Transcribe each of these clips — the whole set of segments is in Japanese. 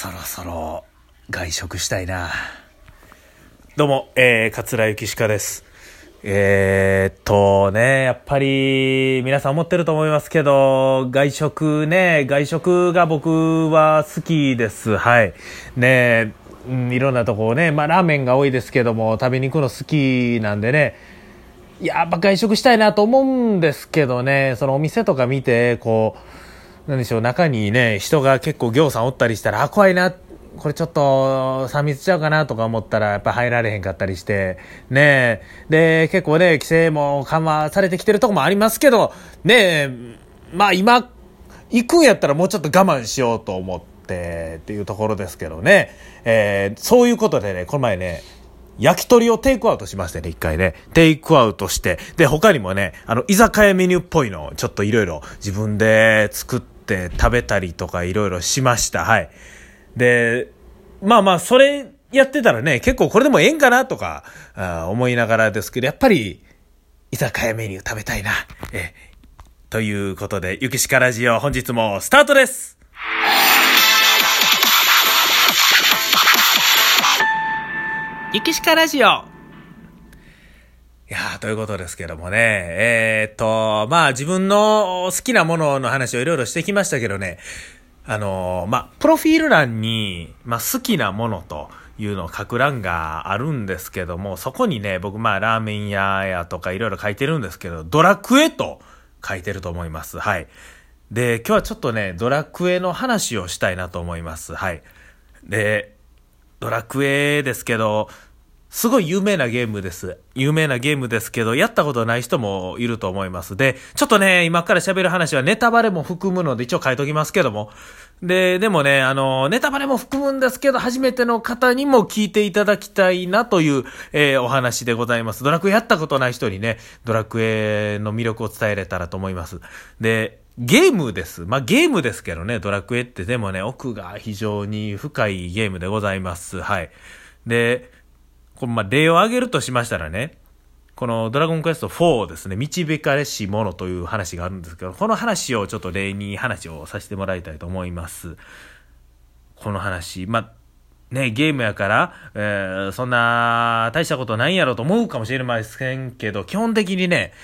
そろそろ外食したいな。どうも、桂ゆきしかです。やっぱり皆さん思ってると思いますけど、外食が僕は好きです。はい。いろんなとこね、ラーメンが多いですけども、食べに行くの好きなんでね、やっぱ外食したいなと思うんですけどね、そのお店とか見て、なんでしょう、中にね、人が結構行さんおったりしたら、怖いな、これちょっと3密ちゃうかなとか思ったら、やっぱ入られへんかったりして、ねで、結構ね、規制も緩和されてきてるとこもありますけど、今、行くんやったらもうちょっと我慢しようと思ってっていうところですけどね、そういうことでね、この前ね、焼き鳥をテイクアウトしましてね、一回ね。テイクアウトして、で、他にもね、居酒屋メニューっぽいのをちょっといろいろ自分で作って食べたりとかいろいろしました。はい。で、それやってたらね、結構これでもええんかなとか、思いながらですけど、やっぱり、居酒屋メニュー食べたいな。ということで、ゆきしかラジオ本日もスタートです。ゆきしかラジオ。ということですけどもね、自分の好きなものの話をいろいろしてきましたけどね、プロフィール欄に、好きなものというのを書く欄があるんですけども、そこにね、僕ラーメン屋やとかいろいろ書いてるんですけど、ドラクエと書いてると思います。はい。で、今日はちょっとね、ドラクエの話をしたいなと思います。はい。で、ドラクエですけど、すごい有名なゲームです。有名なゲームですけど、やったことない人もいると思います。で、ちょっとね、今から喋る話はネタバレも含むので一応書いときますけども。でもね、ネタバレも含むんですけど、初めての方にも聞いていただきたいなという、お話でございます。ドラクエやったことない人にね、ドラクエの魅力を伝えれたらと思います。で、ゲームです。ゲームですけどね、ドラクエってでもね、奥が非常に深いゲームでございます。はい。で、これ例を挙げるとしましたらね、このドラゴンクエスト4ですね、導かれし者という話があるんですけど、この話をちょっと例に話をさせてもらいたいと思います。この話、ゲームやから、そんな大したことないんやろと思うかもしれませんけど、基本的にね、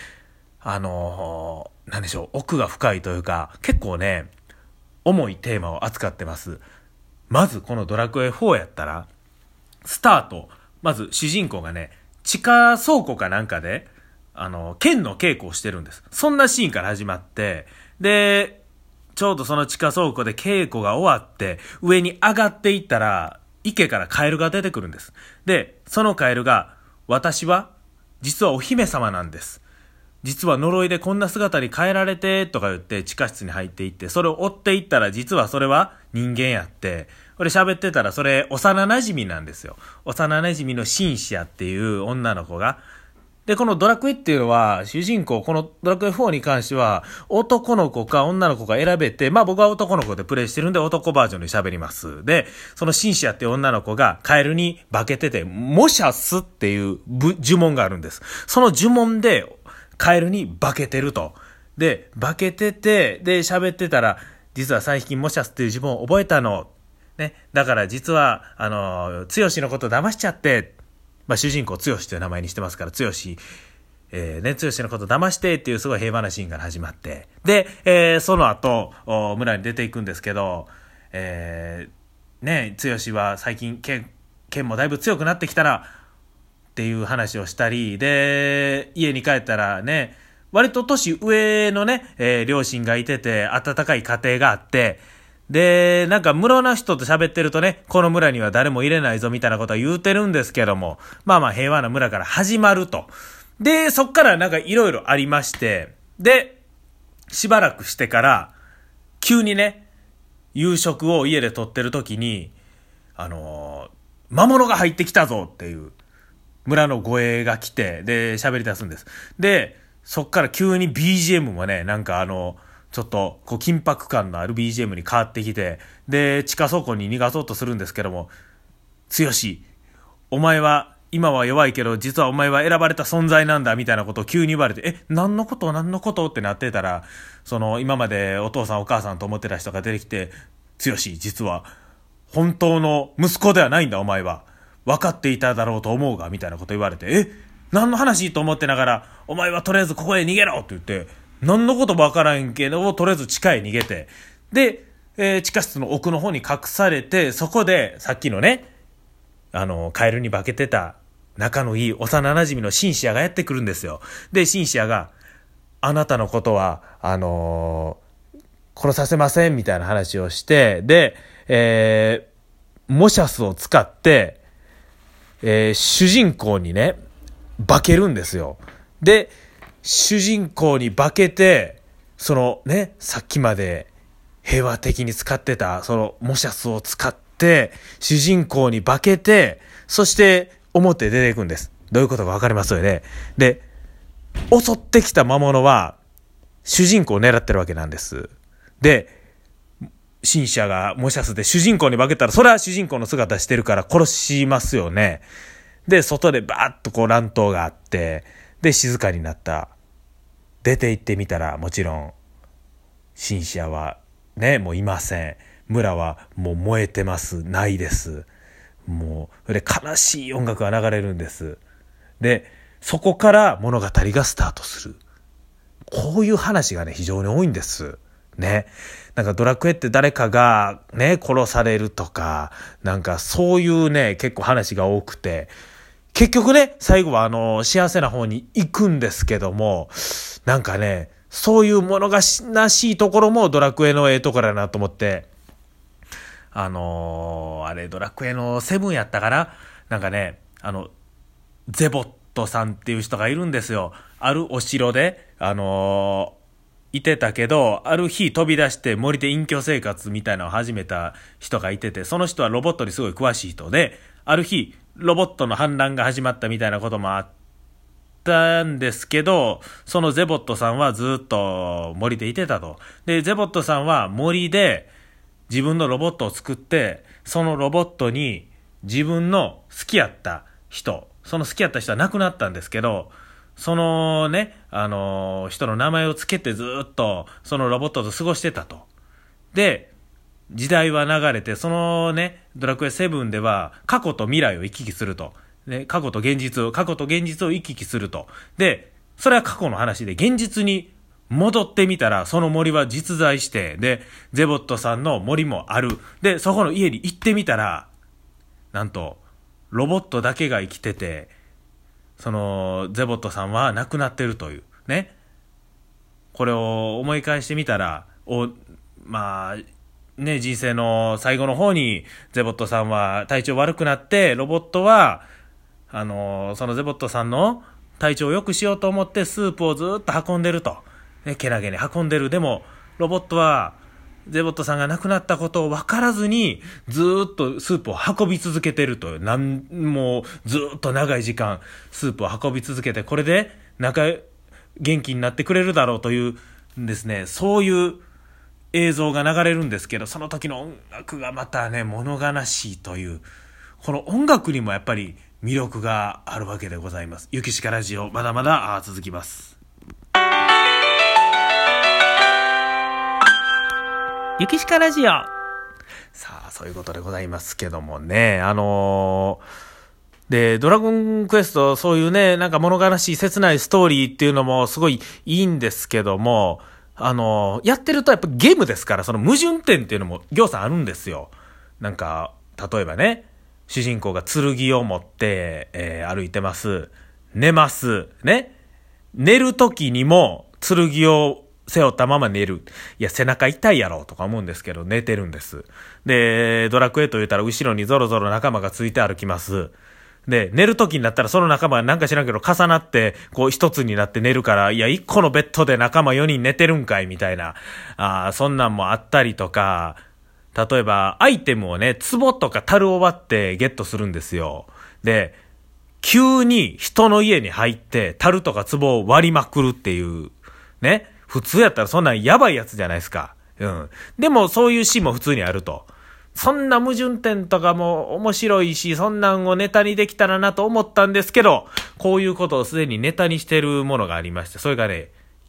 なんでしょう、奥が深いというか、結構ね、重いテーマを扱ってます。まずこのドラクエ4やったら、スタート、まず主人公がね、地下倉庫かなんかで、剣の稽古をしてるんです。そんなシーンから始まって、で、ちょうどその地下倉庫で稽古が終わって、上に上がっていったら、池からカエルが出てくるんです。で、そのカエルが、私は、実はお姫様なんです。実は呪いでこんな姿に変えられて、とか言って地下室に入っていって、それを追っていったら、実はそれは人間やって、これ喋ってたらそれ幼馴染なんですよ。幼馴染のシンシアっていう女の子が。で、このドラクエっていうのは、主人公、このドラクエ4に関しては、男の子か女の子か選べて、僕は男の子でプレイしてるんで男バージョンで喋ります。で、そのシンシアっていう女の子がカエルに化けてて、モシャスっていう呪文があるんです。その呪文でカエルに化けてると。で、化けてて、で、喋ってたら、実は最近モシャスっていう呪文を覚えたの。ね、だから実は剛のこと騙しちゃって、主人公剛という名前にしてますから、剛剛のこと騙してっていうすごい平和なシーンから始まって、で、その後村に出ていくんですけど、剛は最近剣もだいぶ強くなってきたらっていう話をしたりで、家に帰ったらね、割と年上のね、両親がいてて温かい家庭があって、で、村の人と喋ってるとね、この村には誰も入れないぞみたいなことは言うてるんですけども、平和な村から始まると。で、そっからいろいろありまして、で、しばらくしてから、急にね、夕食を家でとってる時に、魔物が入ってきたぞっていう村の声が来て、で、喋り出すんです。で、そっから急に BGM もね、ちょっと緊迫感のある BGM に変わってきて、で地下倉庫に逃がそうとするんですけども、剛、お前は今は弱いけど実はお前は選ばれた存在なんだみたいなことを急に言われて、何のことってなってたら、その今までお父さんお母さんと思ってた人が出てきて、剛、実は本当の息子ではないんだお前は。分かっていただろうと思うが、みたいなこと言われて、何の話と思ってながら、お前はとりあえずここへ逃げろって言って、何のことも分からんけど、とりあえず地下へ逃げて、で、地下室の奥の方に隠されて、そこで、さっきのね、カエルに化けてた、仲のいい幼馴染のシンシアがやってくるんですよ。で、シンシアが、あなたのことは、殺させません、みたいな話をして、で、モシャスを使って、主人公にね、化けるんですよ。で、主人公に化けて、そのね、さっきまで平和的に使ってた、そのモシャスを使って、主人公に化けて、そして表出ていくんです。どういうことかわかりますよね。で、襲ってきた魔物は、主人公を狙ってるわけなんです。で、シンシアがモシャスで主人公に化けたら、それは主人公の姿してるから殺しますよね。で、外でバーッとこう乱闘があって、で、静かになった。出て行ってみたら、もちろん、シンシアはね、もういません。村はもう燃えてます。ないです。もう、それ悲しい音楽が流れるんです。で、そこから物語がスタートする。こういう話がね、非常に多いんです。ね。なんかドラクエって誰かがね、殺されるとか、なんかそういうね、結構話が多くて、結局ね、最後は幸せな方に行くんですけども、なんかね、そういう物悲しいところもドラクエのところだなと思って、あれドラクエの7やったかな、なんかね、ゼボットさんっていう人がいるんですよ。あるお城で、いてたけど、ある日飛び出して森で隠居生活みたいなのを始めた人がいてて、その人はロボットにすごい詳しい人で、ある日、ロボットの反乱が始まったみたいなこともあったんですけど、そのゼボットさんはずっと森でいてたと。で、ゼボットさんは森で自分のロボットを作って、そのロボットに自分の好きやった人、その好きやった人は亡くなったんですけど、そのね、人の名前をつけてずっとそのロボットと過ごしてたと。で、時代は流れて、そのね、ドラクエ7では過去と未来を行き来すると。ね、過去と現実を行き来すると。で、それは過去の話で、現実に戻ってみたら、その森は実在して、で、ゼボットさんの森もある。で、そこの家に行ってみたら、なんと、ロボットだけが生きてて、そのゼボットさんは亡くなってるというね。これを思い返してみたら、まあね、人生の最後の方にゼボットさんは体調悪くなって、ロボットはそのゼボットさんの体調を良くしようと思ってスープをずっと運んでると、ね、けなげに運んでる。でもロボットはゼボットさんが亡くなったことを分からずにずーっとスープを運び続けてるという、もうずーっと長い時間スープを運び続けて、これで元気になってくれるだろうというですね、そういう映像が流れるんですけど、その時の音楽がまたね、物悲しいという、この音楽にもやっぱり魅力があるわけでございます。ゆきしかラジオ、まだまだ続きます。ゆきしかラジオ。さあ、そういうことでございますけどもね、で、ドラゴンクエスト、そういうね、なんか物悲しい切ないストーリーっていうのもすごいいいんですけども、やってるとやっぱゲームですから、その矛盾点っていうのもぎょうさんあるんですよ。なんか、例えばね、主人公が剣を持って、歩いてます。寝ます。ね。寝る時にも剣を背負ったまま寝る。いや、背中痛いやろとか思うんですけど、寝てるんです。で、ドラクエと言ったら後ろにゾロゾロ仲間がついて歩きます。で、寝る時になったらその仲間がなんか知らんけど重なって、こう一つになって寝るから、いや、一個のベッドで仲間4人寝てるんかいみたいな。そんなんもあったりとか、例えばアイテムをね、壺とか樽を割ってゲットするんですよ。で、急に人の家に入って樽とか壺を割りまくるっていう、ね。普通やったらそんなんやばいやつじゃないですか。うん。でもそういうシーンも普通にあると。そんな矛盾点とかも面白いし、そんなんをネタにできたらなと思ったんですけど、こういうことをすでにネタにしてるものがありまして、それがね、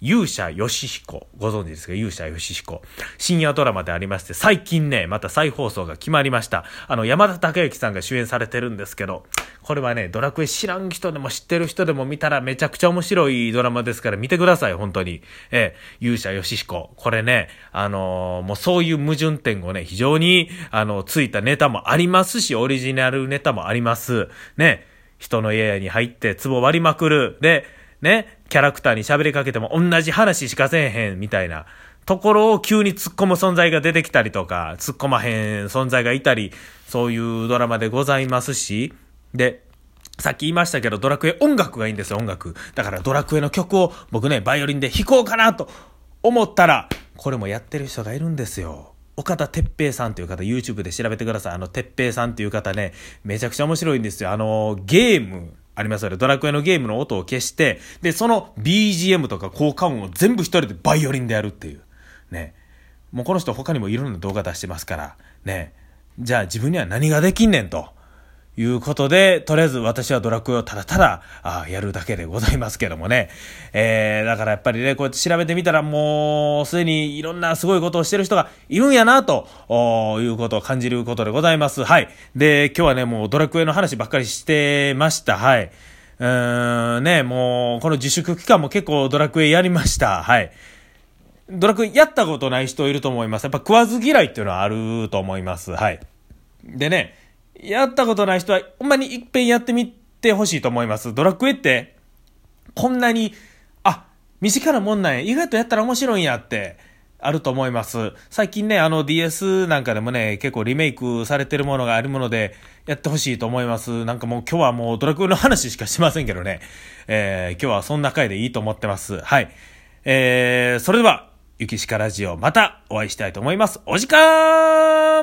勇者ヨシヒコ。ご存知ですか？勇者ヨシヒコ。深夜ドラマでありまして、最近ね、また再放送が決まりました。山田孝之さんが主演されてるんですけど、これはね、ドラクエ知らん人でも知ってる人でも見たらめちゃくちゃ面白いドラマですから見てください、本当に。勇者ヨシヒコ。これね、もうそういう矛盾点をね、非常に、ついたネタもありますし、オリジナルネタもあります。ね、人の家に入って壺割りまくる。で、ね、キャラクターに喋りかけても同じ話しかせえへんみたいなところを急に突っ込む存在が出てきたりとか、突っ込まへん存在がいたり、そういうドラマでございますし、で、さっき言いましたけど、ドラクエ音楽がいいんですよ、音楽。だからドラクエの曲を僕ね、バイオリンで弾こうかなと思ったら、これもやってる人がいるんですよ。岡田哲平さんという方、YouTube で調べてください。哲平さんという方ね、めちゃくちゃ面白いんですよ。ゲーム、ありますよね。ドラクエのゲームの音を消して、で、その BGM とか効果音を全部一人でバイオリンでやるっていう。ね。もうこの人他にもいろんな動画出してますから、ね。じゃあ自分には何ができんねんと。いうことで、とりあえず私はドラクエをただただやるだけでございますけどもね。だからやっぱりね、こうやって調べてみたらもうすでにいろんなすごいことをしてる人がいるんやなということを感じることでございます。はい。で、今日はね、もうドラクエの話ばっかりしてました。はい。ね、もうこの自粛期間も結構ドラクエやりました。はい。ドラクエやったことない人いると思います。やっぱ食わず嫌いっていうのはあると思います。はい。でね、やったことない人はほんまに一遍やってみてほしいと思います。ドラクエってこんなに身近なもんなんや、意外とやったら面白いんやってあると思います。最近ね、DS なんかでもね、結構リメイクされてるものがあるものでやってほしいと思います。なんかもう今日はもうドラクエの話しかしませんけどね、今日はそんな回でいいと思ってます。はい。それではゆきしかラジオ、またお会いしたいと思います。お時間。